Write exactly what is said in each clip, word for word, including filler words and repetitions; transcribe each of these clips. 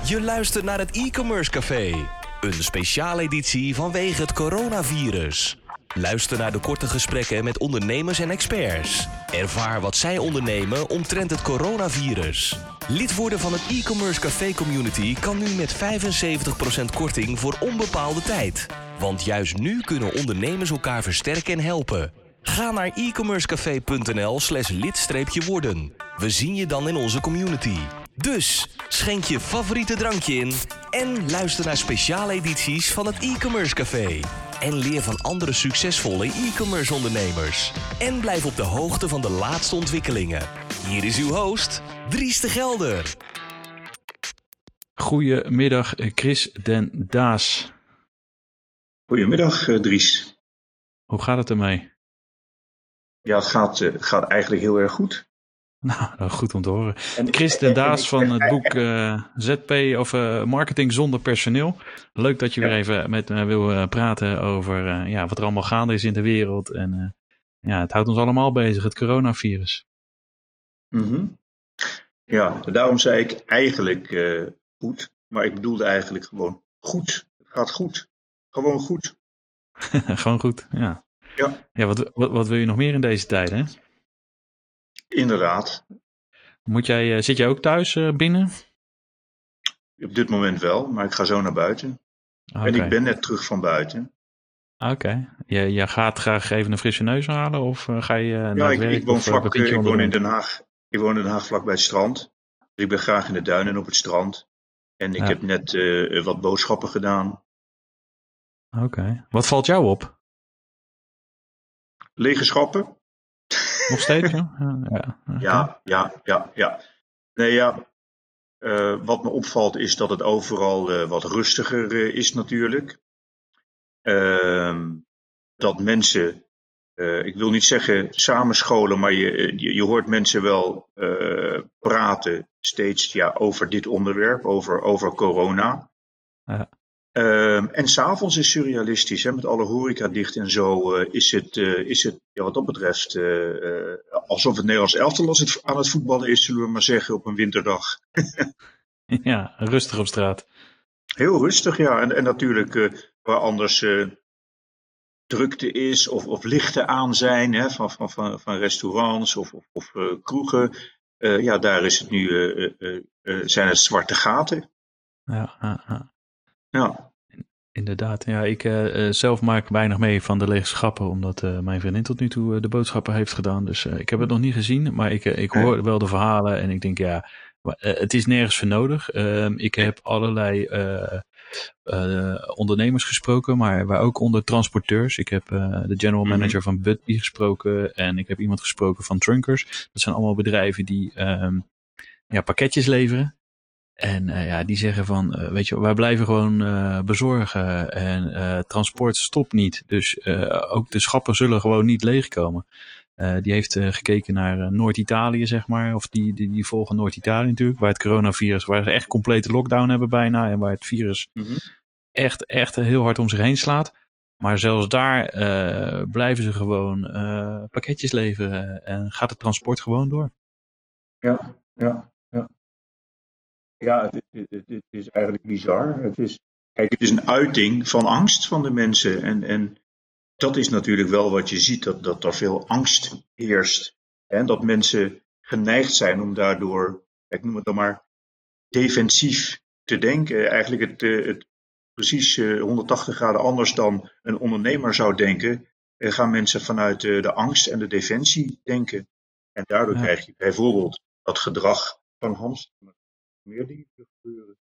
Je luistert naar het e-commerce café. Een speciale editie vanwege het coronavirus. Luister naar de korte gesprekken met ondernemers en experts. Ervaar wat zij ondernemen omtrent het coronavirus. Lid worden van het e-commerce café community kan nu met vijfenzeventig procent korting voor onbepaalde tijd. Want juist nu kunnen ondernemers elkaar versterken en helpen. Ga naar e-commercecafé.nl slash lid-worden. We zien je dan in onze community. Dus schenk je favoriete drankje in en luister naar speciale edities van het e-commerce café. En leer van andere succesvolle e-commerce ondernemers. En blijf op de hoogte van de laatste ontwikkelingen. Hier is uw host, Dries de Gelder. Goedemiddag, Chris den Daas. Goedemiddag, Dries. Hoe gaat het ermee? Ja, het gaat, uh, het gaat eigenlijk heel erg goed. Nou, goed om te horen. En, Chris den Daas van het boek uh, Z P of uh, Marketing zonder personeel. Leuk dat je ja. weer even met me wil uh, praten over uh, ja, wat er allemaal gaande is in de wereld. En uh, ja, het houdt ons allemaal bezig, het coronavirus. Mm-hmm. Ja, daarom zei ik eigenlijk uh, goed. Maar ik bedoelde eigenlijk gewoon goed. Het gaat goed. Gewoon goed. Gewoon goed, ja. Ja, ja wat, wat, wat wil je nog meer in deze tijd, hè? Inderdaad. Moet jij, zit jij ook thuis uh, binnen? Op dit moment wel, maar ik ga zo naar buiten. Okay. En ik ben net terug van buiten. Oké. Okay. Je, je gaat graag even een frisse neus halen of uh, ga je uh, naar ja, het ik, werk? Ik woon, of, vlak, uh, ik woon in Den Haag. Ik woon in Den Haag vlakbij het strand. Dus ik ben graag in de duinen en op het strand. En ik ja. heb net uh, wat boodschappen gedaan. Oké. Okay. Wat valt jou op? Lege schappen. Nog steeds, ja? Ja, okay. ja, ja, ja, ja. Nee, ja. Uh, wat me opvalt is dat het overal uh, wat rustiger uh, is natuurlijk. Uh, dat mensen, uh, ik wil niet zeggen samenscholen, maar je, je, je hoort mensen wel uh, praten steeds ja, over dit onderwerp, over, over corona. Ja. Uh, en s'avonds is surrealistisch, hè, met alle horeca dicht en zo, uh, is het, uh, is het ja, wat dat betreft uh, uh, alsof het Nederlands elftal als het aan het voetballen is, zullen we maar zeggen, op een winterdag. Ja, rustig op straat. Heel rustig, ja. En, en natuurlijk uh, waar anders uh, drukte is of, of lichten aan zijn, hè, van, van, van, van restaurants of, of, of uh, kroegen, uh, ja, daar is het nu, uh, uh, uh, zijn het zwarte gaten. Ja, ja, ja. Ja. Inderdaad, ja, ik uh, zelf maak weinig mee van de lege schappen, omdat uh, mijn vriendin tot nu toe uh, de boodschappen heeft gedaan. Dus uh, ik heb het nog niet gezien, maar ik, uh, ik hoor wel de verhalen en ik denk, ja, maar, uh, het is nergens voor nodig. Uh, ik heb allerlei uh, uh, ondernemers gesproken, maar waar ook onder transporteurs. Ik heb uh, de general manager mm-hmm. van Budbee gesproken en ik heb iemand gesproken van Trunkers. Dat zijn allemaal bedrijven die um, ja, pakketjes leveren. En uh, ja, die zeggen van, uh, weet je, wij blijven gewoon uh, bezorgen en uh, transport stopt niet. Dus uh, ook de schappen zullen gewoon niet leegkomen. Uh, die heeft uh, gekeken naar uh, Noord-Italië, zeg maar. Of die, die, die volgen Noord-Italië natuurlijk, waar het coronavirus, waar ze echt complete lockdown hebben bijna. En waar het virus mm-hmm. echt, echt heel hard om zich heen slaat. Maar zelfs daar uh, blijven ze gewoon uh, pakketjes leveren en gaat het transport gewoon door. Ja, ja, ja. Ja, het, het, het, het is eigenlijk bizar. Het is, kijk, het is een uiting van angst van de mensen. En, en dat is natuurlijk wel wat je ziet, dat, dat er veel angst heerst. En dat mensen geneigd zijn om daardoor, ik noem het dan maar, defensief te denken. Eigenlijk het, het precies honderdtachtig graden anders dan een ondernemer zou denken. Gaan mensen vanuit de angst en de defensie denken. En daardoor ja. krijg je bijvoorbeeld dat gedrag van hamsteren. Meer dingen te gebeuren.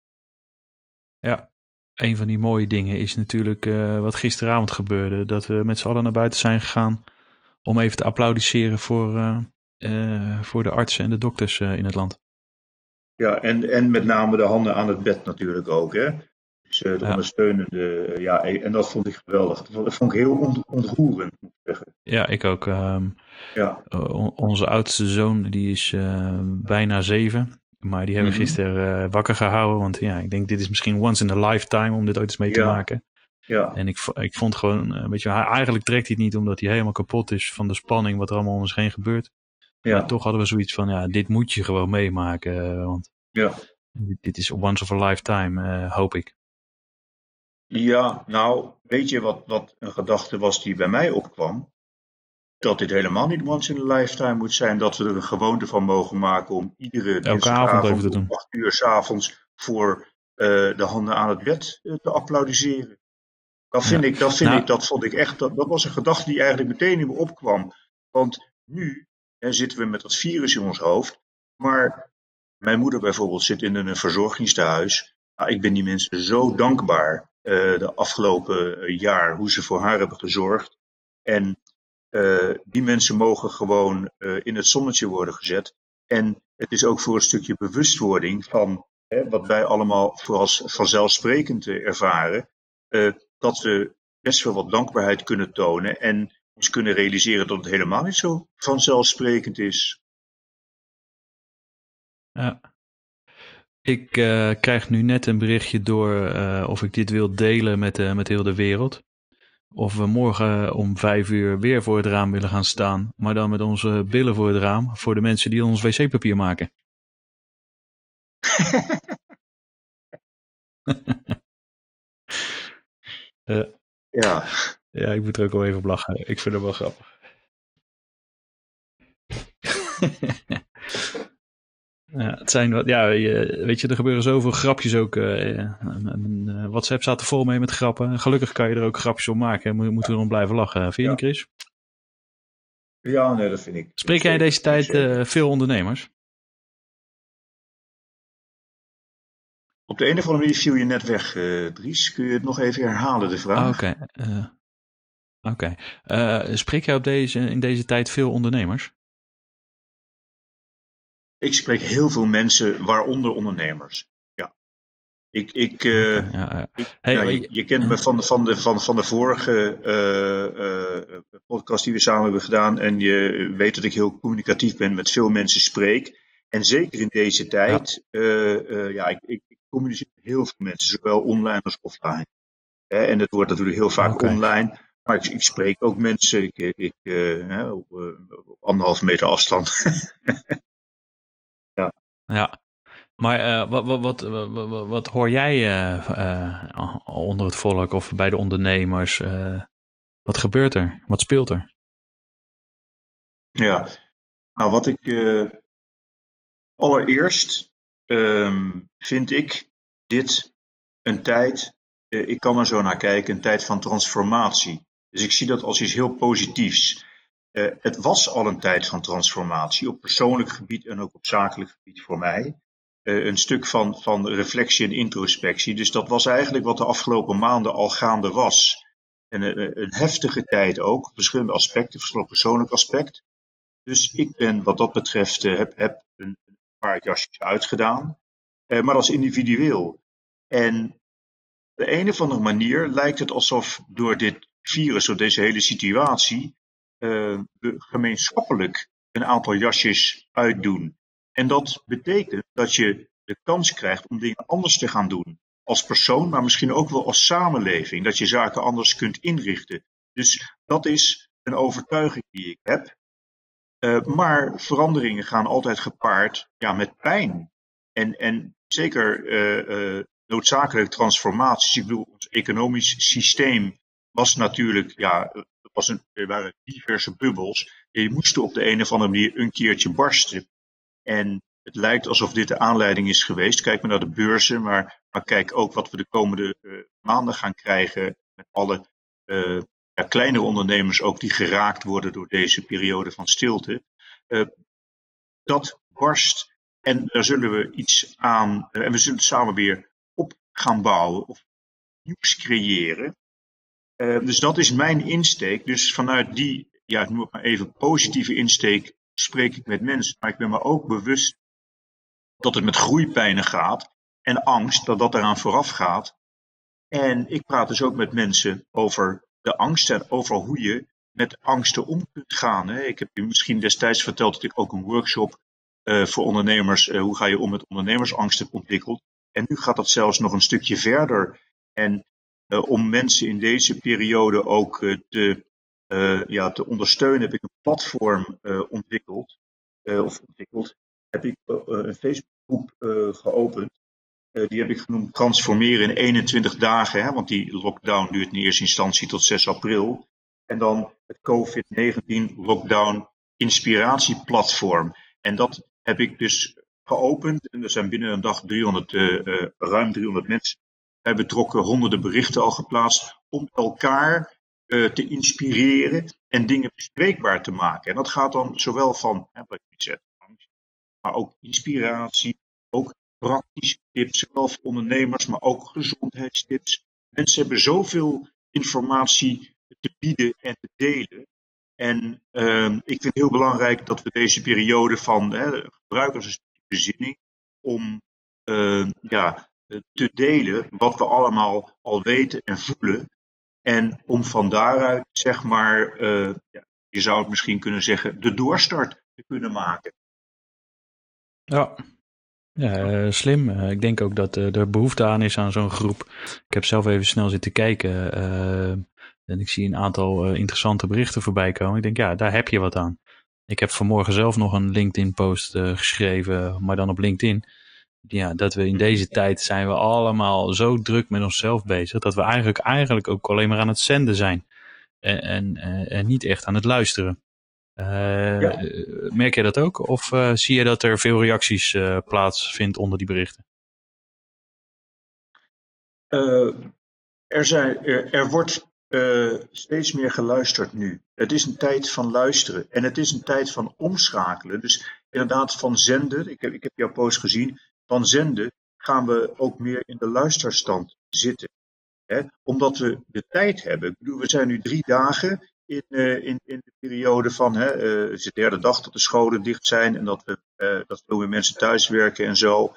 Ja, een van die mooie dingen is natuurlijk uh, wat gisteravond gebeurde. Dat we met z'n allen naar buiten zijn gegaan om even te applaudisseren voor, uh, uh, voor de artsen en de dokters uh, in het land. Ja, en, en met name de handen aan het bed natuurlijk ook, hè. Dus uh, de ja. ondersteunende, ja, en dat vond ik geweldig. Dat vond ik heel ont- ontroerend, moet ik zeggen. Ja, ik ook. Um, ja. uh, onze oudste zoon, die is uh, bijna zeven. Maar die hebben we mm-hmm. gisteren uh, wakker gehouden. Want ja, ik denk dit is misschien once in a lifetime om dit ooit eens mee ja. te maken. Ja. En ik, ik vond gewoon, uh, weet je, hij, eigenlijk trekt hij het niet omdat hij helemaal kapot is van de spanning wat er allemaal om ons heen gebeurt. Ja. Maar toch hadden we zoiets van, ja, dit moet je gewoon meemaken. Uh, want ja. Dit, dit is once of a lifetime, uh, hoop ik. Ja, nou, weet je wat, wat een gedachte was die bij mij opkwam? Dat dit helemaal niet once in a lifetime moet zijn. Dat we er een gewoonte van mogen maken om iedere dinsdagavond om acht uur 's avonds voor uh, de handen aan het bed uh, te applaudisseren. Dat vind, ja. ik, dat, vind nou, ik, dat vond ik echt, dat, dat was een gedachte die eigenlijk meteen in me opkwam. Want nu hè, zitten we met dat virus in ons hoofd. Maar mijn moeder bijvoorbeeld zit in een verzorgingstehuis. Nou, ik ben die mensen zo dankbaar uh, de afgelopen jaar hoe ze voor haar hebben gezorgd. En uh, die mensen mogen gewoon uh, in het zonnetje worden gezet. En het is ook voor een stukje bewustwording van hè, wat wij allemaal voor als vanzelfsprekend ervaren. Uh, dat we best wel wat dankbaarheid kunnen tonen en ons kunnen realiseren dat het helemaal niet zo vanzelfsprekend is. Ja. Ik uh, krijg nu net een berichtje door uh, of ik dit wil delen met, uh, met heel de wereld. Of we morgen uh, om vijf uur weer voor het raam willen gaan staan. Maar dan met onze billen voor het raam. Voor de mensen die ons wc-papier maken. uh, ja. ja, ik moet er ook wel even op lachen. Ik vind het wel grappig. Ja, het zijn wat, ja, weet je, er gebeuren zoveel grapjes ook. Uh, uh, WhatsApp staat er vol mee met grappen. Gelukkig kan je er ook grapjes op maken. Mo- moeten we erom blijven lachen. Vind je ja. niet, Chris? Ja, nee, dat vind ik. Spreek jij in deze tijd uh, veel ondernemers? Op de een of andere manier viel je net weg, uh, Dries. Kun je het nog even herhalen, de vraag? Oké. Okay. Uh, okay. uh, spreek jij op deze, in deze tijd veel ondernemers? Ik spreek heel veel mensen, waaronder ondernemers. Ja. Ik, ik, uh, okay, ja, ja. ik hey, ja, je, je kent me van, van, de, van, van de vorige uh, uh, podcast die we samen hebben gedaan. En je weet dat ik heel communicatief ben, met veel mensen spreek. En zeker in deze tijd, ja, uh, uh, ja ik, ik, ik communiceer met heel veel mensen, zowel online als offline. Hè, en het wordt natuurlijk heel vaak okay. online. Maar ik, ik spreek ook mensen ik, ik, uh, op, uh, op anderhalf meter afstand. Ja. Ja, maar uh, wat, wat, wat, wat, wat hoor jij uh, uh, onder het volk of bij de ondernemers? Uh, wat gebeurt er? Wat speelt er? Ja, nou wat ik uh, allereerst um, vind ik dit een tijd, uh, ik kan er zo naar kijken, een tijd van transformatie. Dus ik zie dat als iets heel positiefs. Uh, het was al een tijd van transformatie op persoonlijk gebied en ook op zakelijk gebied voor mij. Uh, een stuk van, van reflectie en introspectie. Dus dat was eigenlijk wat de afgelopen maanden al gaande was. En uh, een heftige tijd ook, verschillende aspecten, verschillende persoonlijk aspect. Dus ik ben wat dat betreft, uh, heb, heb een paar jasjes uitgedaan. Uh, maar als individueel. En op de een of andere manier lijkt het alsof door dit virus, door deze hele situatie, Uh, we gemeenschappelijk een aantal jasjes uitdoen. En dat betekent dat je de kans krijgt om dingen anders te gaan doen. Als persoon, maar misschien ook wel als samenleving. Dat je zaken anders kunt inrichten. Dus dat is een overtuiging die ik heb. Uh, maar veranderingen gaan altijd gepaard ja, met pijn. En, en zeker uh, uh, noodzakelijke transformaties. Ik bedoel, ons economisch systeem was natuurlijk, ja, was een, er waren diverse bubbels. Die moesten op de een of andere manier een keertje barsten. En het lijkt alsof dit de aanleiding is geweest. Kijk maar naar de beurzen, maar, maar kijk ook wat we de komende uh, maanden gaan krijgen met alle uh, ja, kleinere ondernemers ook die geraakt worden door deze periode van stilte. Uh, dat barst en daar zullen we iets aan, uh, en we zullen het samen weer op gaan bouwen of nieuws creëren. Uh, dus dat is mijn insteek. Dus vanuit die, ja, ik noem het maar even positieve insteek, spreek ik met mensen. Maar ik ben me ook bewust dat het met groeipijnen gaat en angst, dat dat eraan vooraf gaat. En ik praat dus ook met mensen over de angst en over hoe je met angsten om kunt gaan. Hè. Ik heb u misschien destijds verteld dat ik ook een workshop uh, voor ondernemers, uh, hoe ga je om met ondernemersangst heb ontwikkeld. En nu gaat dat zelfs nog een stukje verder. En uh, om mensen in deze periode ook uh, te, uh, ja, te ondersteunen, heb ik een platform uh, ontwikkeld. Uh, of ontwikkeld, heb ik uh, een Facebookgroep uh, geopend. Uh, die heb ik genoemd transformeren in eenentwintig dagen. Hè, want die lockdown duurt in eerste instantie tot zes april. En dan het covid negentien lockdown inspiratieplatform. En dat heb ik dus geopend. En er zijn binnen een dag driehonderd, uh, uh, ruim driehonderd mensen bij betrokken, honderden berichten al geplaatst. Om elkaar uh, te inspireren en dingen bespreekbaar te maken. En dat gaat dan zowel van, hè, wat je zegt, maar ook inspiratie, ook praktische tips, zowel voor ondernemers, maar ook gezondheidstips. Mensen hebben zoveel informatie te bieden en te delen. En uh, ik vind het heel belangrijk dat we deze periode van hè, gebruiken als een stukje bezinning om uh, ja, te delen wat we allemaal al weten en voelen. En om van daaruit, zeg maar, uh, ja, je zou het misschien kunnen zeggen, de doorstart te kunnen maken. Ja, ja uh, slim. Uh, ik denk ook dat uh, er behoefte aan is aan zo'n groep. Ik heb zelf even snel zitten kijken uh, en ik zie een aantal uh, interessante berichten voorbij komen. Ik denk, ja, daar heb je wat aan. Ik heb vanmorgen zelf nog een LinkedIn-post uh, geschreven, maar dan op LinkedIn. Ja, dat we in deze tijd zijn we allemaal zo druk met onszelf bezig, dat we eigenlijk, eigenlijk ook alleen maar aan het zenden zijn. En, en, en niet echt aan het luisteren. Uh, ja. Merk jij dat ook? Of uh, zie je dat er veel reacties uh, plaatsvindt onder die berichten? Uh, er, zijn, er, er wordt uh, steeds meer geluisterd nu. Het is een tijd van luisteren. En het is een tijd van omschakelen. Dus inderdaad van zenden. Ik heb, ik heb jouw post gezien. Van zenden gaan we ook meer in de luisterstand zitten. Hè? Omdat we de tijd hebben. Ik bedoel, we zijn nu drie dagen in, uh, in, in de periode van, hè, uh, het is de derde dag dat de scholen dicht zijn en dat we uh, dat veel meer mensen thuiswerken en zo.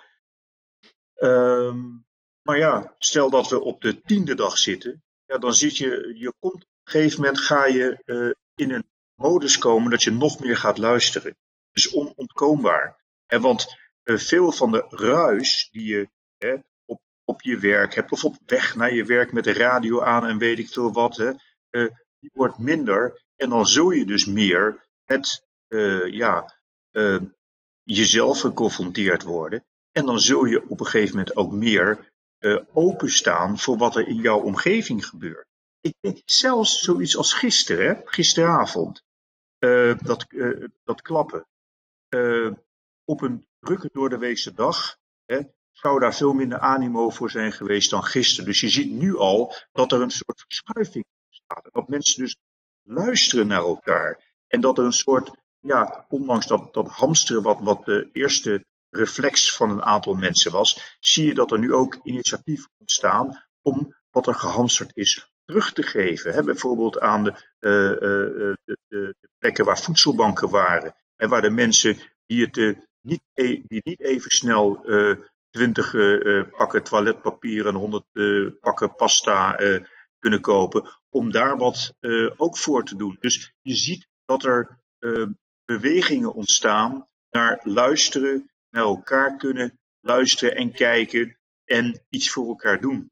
Um, maar ja, stel dat we op de tiende dag zitten, ja, dan zit je, je komt op een gegeven moment ga je uh, in een modus komen dat je nog meer gaat luisteren. Dus onontkoombaar. En want uh, veel van de ruis die je hè, op, op je werk hebt, of op weg naar je werk met de radio aan en weet ik veel wat, hè, uh, die wordt minder. En dan zul je dus meer met uh, ja, uh, jezelf geconfronteerd worden. En dan zul je op een gegeven moment ook meer uh, openstaan voor wat er in jouw omgeving gebeurt. Ik denk zelfs zoiets als gisteren, hè, gisteravond, uh, dat, uh, dat klappen. Uh, op een drukke doordeweekse dag hè, zou daar veel minder animo voor zijn geweest dan gisteren. Dus je ziet nu al dat er een soort verschuiving ontstaat. Dat mensen dus luisteren naar elkaar. En dat er een soort, ja, ondanks dat, dat hamsteren wat, wat de eerste reflex van een aantal mensen was, zie je dat er nu ook initiatieven ontstaan om wat er gehamsterd is terug te geven. Hè? Bijvoorbeeld aan de, uh, uh, de, de, de plekken waar voedselbanken waren. En waar de mensen die het uh, niet, e- die niet even snel uh, twintig uh, pakken toiletpapier en honderd uh, pakken pasta uh, kunnen kopen, om daar wat uh, ook voor te doen. Dus je ziet dat er uh, bewegingen ontstaan naar luisteren, naar elkaar kunnen luisteren en kijken en iets voor elkaar doen.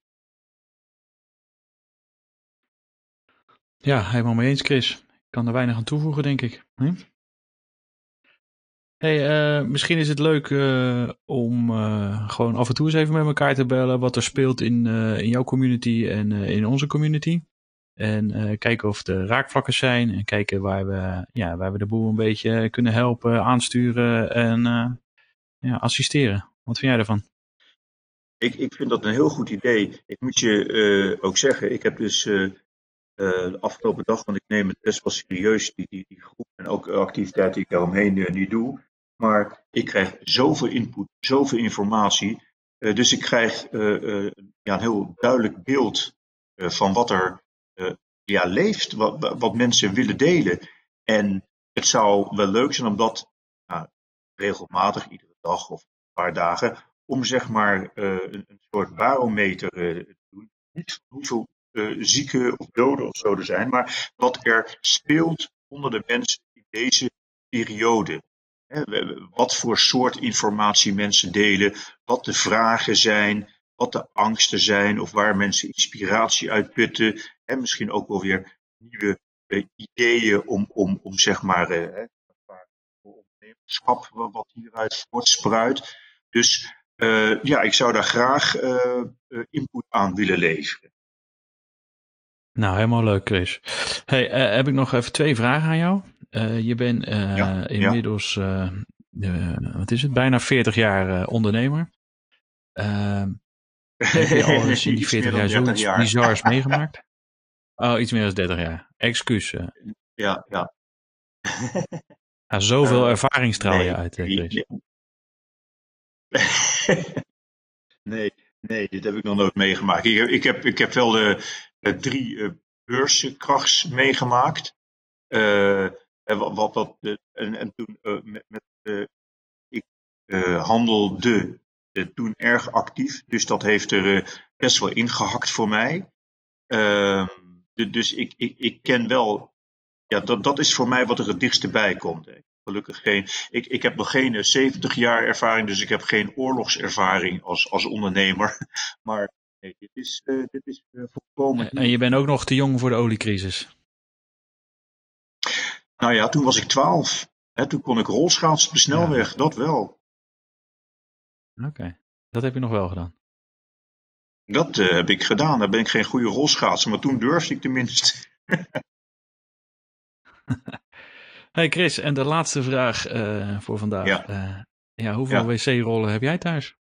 Ja, helemaal mee eens, Chris. Ik kan er weinig aan toevoegen, denk ik. Hm? Hey, uh, misschien is het leuk uh, om uh, gewoon af en toe eens even met elkaar te bellen wat er speelt in, uh, in jouw community en uh, in onze community. En uh, kijken of er raakvlakken zijn en kijken waar we, ja, waar we de boel een beetje kunnen helpen, aansturen en uh, ja, assisteren. Wat vind jij ervan? Ik, ik vind dat een heel goed idee. Ik moet je uh, ook zeggen, ik heb dus uh, uh, de afgelopen dag, want ik neem het best wel serieus, die, die, die groep en ook de activiteiten die ik daaromheen uh, nu doe. Maar ik krijg zoveel input, zoveel informatie. Uh, dus ik krijg uh, uh, ja, een heel duidelijk beeld uh, van wat er uh, ja, leeft, wat, wat mensen willen delen. En het zou wel leuk zijn om dat nou, regelmatig, iedere dag of een paar dagen, om zeg maar uh, een, een soort barometer uh, te doen. Niet hoeveel uh, zieken of doden of zo er zijn, maar wat er speelt onder de mensen in deze periode. He, wat voor soort informatie mensen delen, wat de vragen zijn, wat de angsten zijn of waar mensen inspiratie uit putten. En misschien ook wel weer nieuwe uh, ideeën om, om, om zeg maar uh, ondernemerschap wat hieruit voortspruit. Dus uh, ja, ik zou daar graag uh, uh, input aan willen leveren. Nou, helemaal leuk, Chris. Hey, uh, heb ik nog even twee vragen aan jou. Uh, je bent uh, ja, inmiddels, ja. uh, uh, wat is het, bijna veertig jaar uh, ondernemer. Uh, heb je al eens in die veertig jaar zoiets jaar. bizars meegemaakt? Oh, iets meer dan dertig jaar. Excuus. Uh. Ja, ja. ja zoveel uh, ervaring straal nee, je uit, uh, Chris. Nee. nee, nee, dit heb ik nog nooit meegemaakt. Ik heb, ik heb, ik heb wel de, de drie uh, beurskrachs meegemaakt. Uh, wat, wat, uh, en, en toen uh, met, met uh, ik uh, handelde uh, toen erg actief, dus dat heeft er uh, best wel ingehakt voor mij. Uh, de, dus ik, ik, ik ken wel, ja, dat, dat is voor mij wat er het dichtste bij komt. Hè. Gelukkig geen, ik, ik heb nog geen uh, zeventig jaar ervaring, dus ik heb geen oorlogservaring als, als ondernemer. Maar nee, dit is, uh, dit is uh, volkomen. En je bent ook nog te jong voor de oliecrisis. Nou ja, toen was ik twaalf. Hè, toen kon ik rolschaatsen op de snelweg, ja. Dat wel. Oké, okay. Dat heb je nog wel gedaan. Dat uh, heb ik gedaan. Daar ben ik geen goede rolschaatser, maar toen durfde ik tenminste. Hey Chris, en de laatste vraag uh, voor vandaag. Ja. Uh, ja, hoeveel ja. wc-rollen heb jij thuis?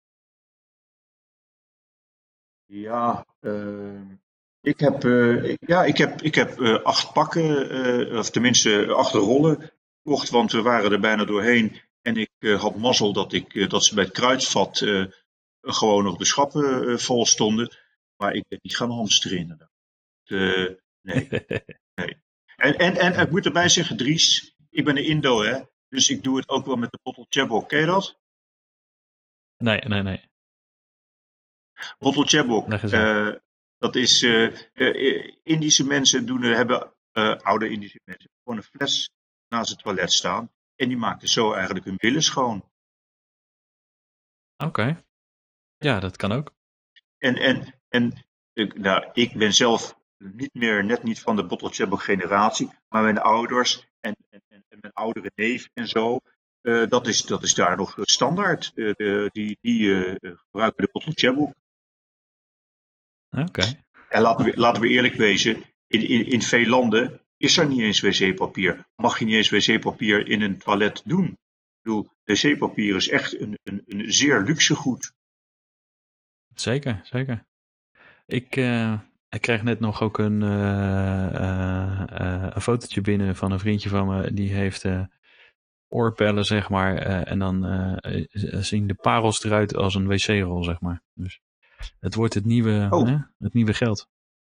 Ja, uh, ik heb, uh, ik, ja, ik heb, ik heb uh, acht pakken, uh, of tenminste acht rollen gekocht, want we waren er bijna doorheen. En ik uh, had mazzel dat, ik, uh, dat ze bij het kruidvat uh, gewoon nog de schappen uh, vol stonden. Maar ik ben niet gaan hamsteren inderdaad. Uh, nee, nee. En, en, en ik moet erbij zeggen, Dries, ik ben een Indo, hè. Dus ik doe het ook wel met de bottle chebok. Ken je dat? Nee, nee, nee. Bottle chebok. Uh, dat is, uh, uh, Indische mensen doen, uh, hebben, uh, oude Indische mensen, gewoon een fles naast het toilet staan. En die maken zo eigenlijk hun billen schoon. Oké. Okay. Ja, dat kan ook. En, en, en uh, nou, ik ben zelf niet meer, net niet van de bottle chebok generatie, maar mijn ouders en, en, en mijn oudere neef en zo, uh, dat, is, dat is daar nog standaard. Uh, de, die die uh, gebruiken de bottle chebok. Oké. Okay. En laten we, laten we eerlijk wezen, in, in, in veel landen is er niet eens wc-papier. Mag je niet eens wc-papier in een toilet doen? Ik bedoel, wc-papier is echt een, een, een zeer luxe goed. Zeker, zeker. Ik, uh, ik kreeg net nog ook een, uh, uh, uh, een fotootje binnen van een vriendje van me. Die heeft uh, oorpellen, zeg maar. Uh, en dan uh, zien de parels eruit als een wc-rol, zeg maar. Dus het wordt het nieuwe, oh. hè, het nieuwe geld.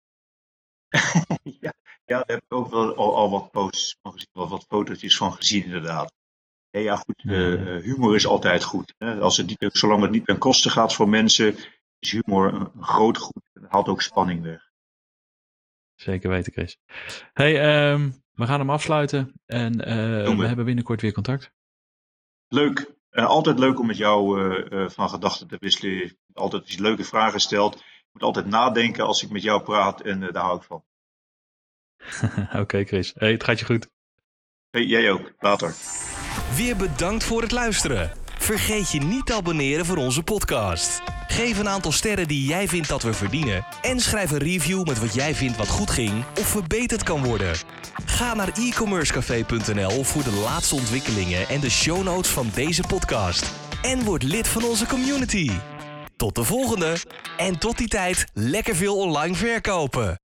ja, ja, daar heb ik ook wel al, al wat posts van gezien, wel wat fotootjes van gezien, inderdaad. Ja, ja goed, uh, humor is altijd goed. Hè? Als het niet, zolang het niet ten koste gaat voor mensen, is humor een groot goed. Het haalt ook spanning weg. Zeker weten, Chris. Hey, um, we gaan hem afsluiten en uh, we. we hebben binnenkort weer contact. Leuk. Uh, altijd leuk om met jou uh, uh, van gedachten te wisselen. Je altijd iets leuke vragen stelt. Ik moet altijd nadenken als ik met jou praat en uh, daar hou ik van. Oké, okay, Chris. Hey, het gaat je goed. Hey, jij ook. Later. Weer bedankt voor het luisteren. Vergeet je niet te abonneren voor onze podcast. Geef een aantal sterren die jij vindt dat we verdienen. En schrijf een review met wat jij vindt wat goed ging of verbeterd kan worden. Ga naar e commerce café punt n l voor de laatste ontwikkelingen en de show notes van deze podcast. En word lid van onze community. Tot de volgende. En tot die tijd lekker veel online verkopen.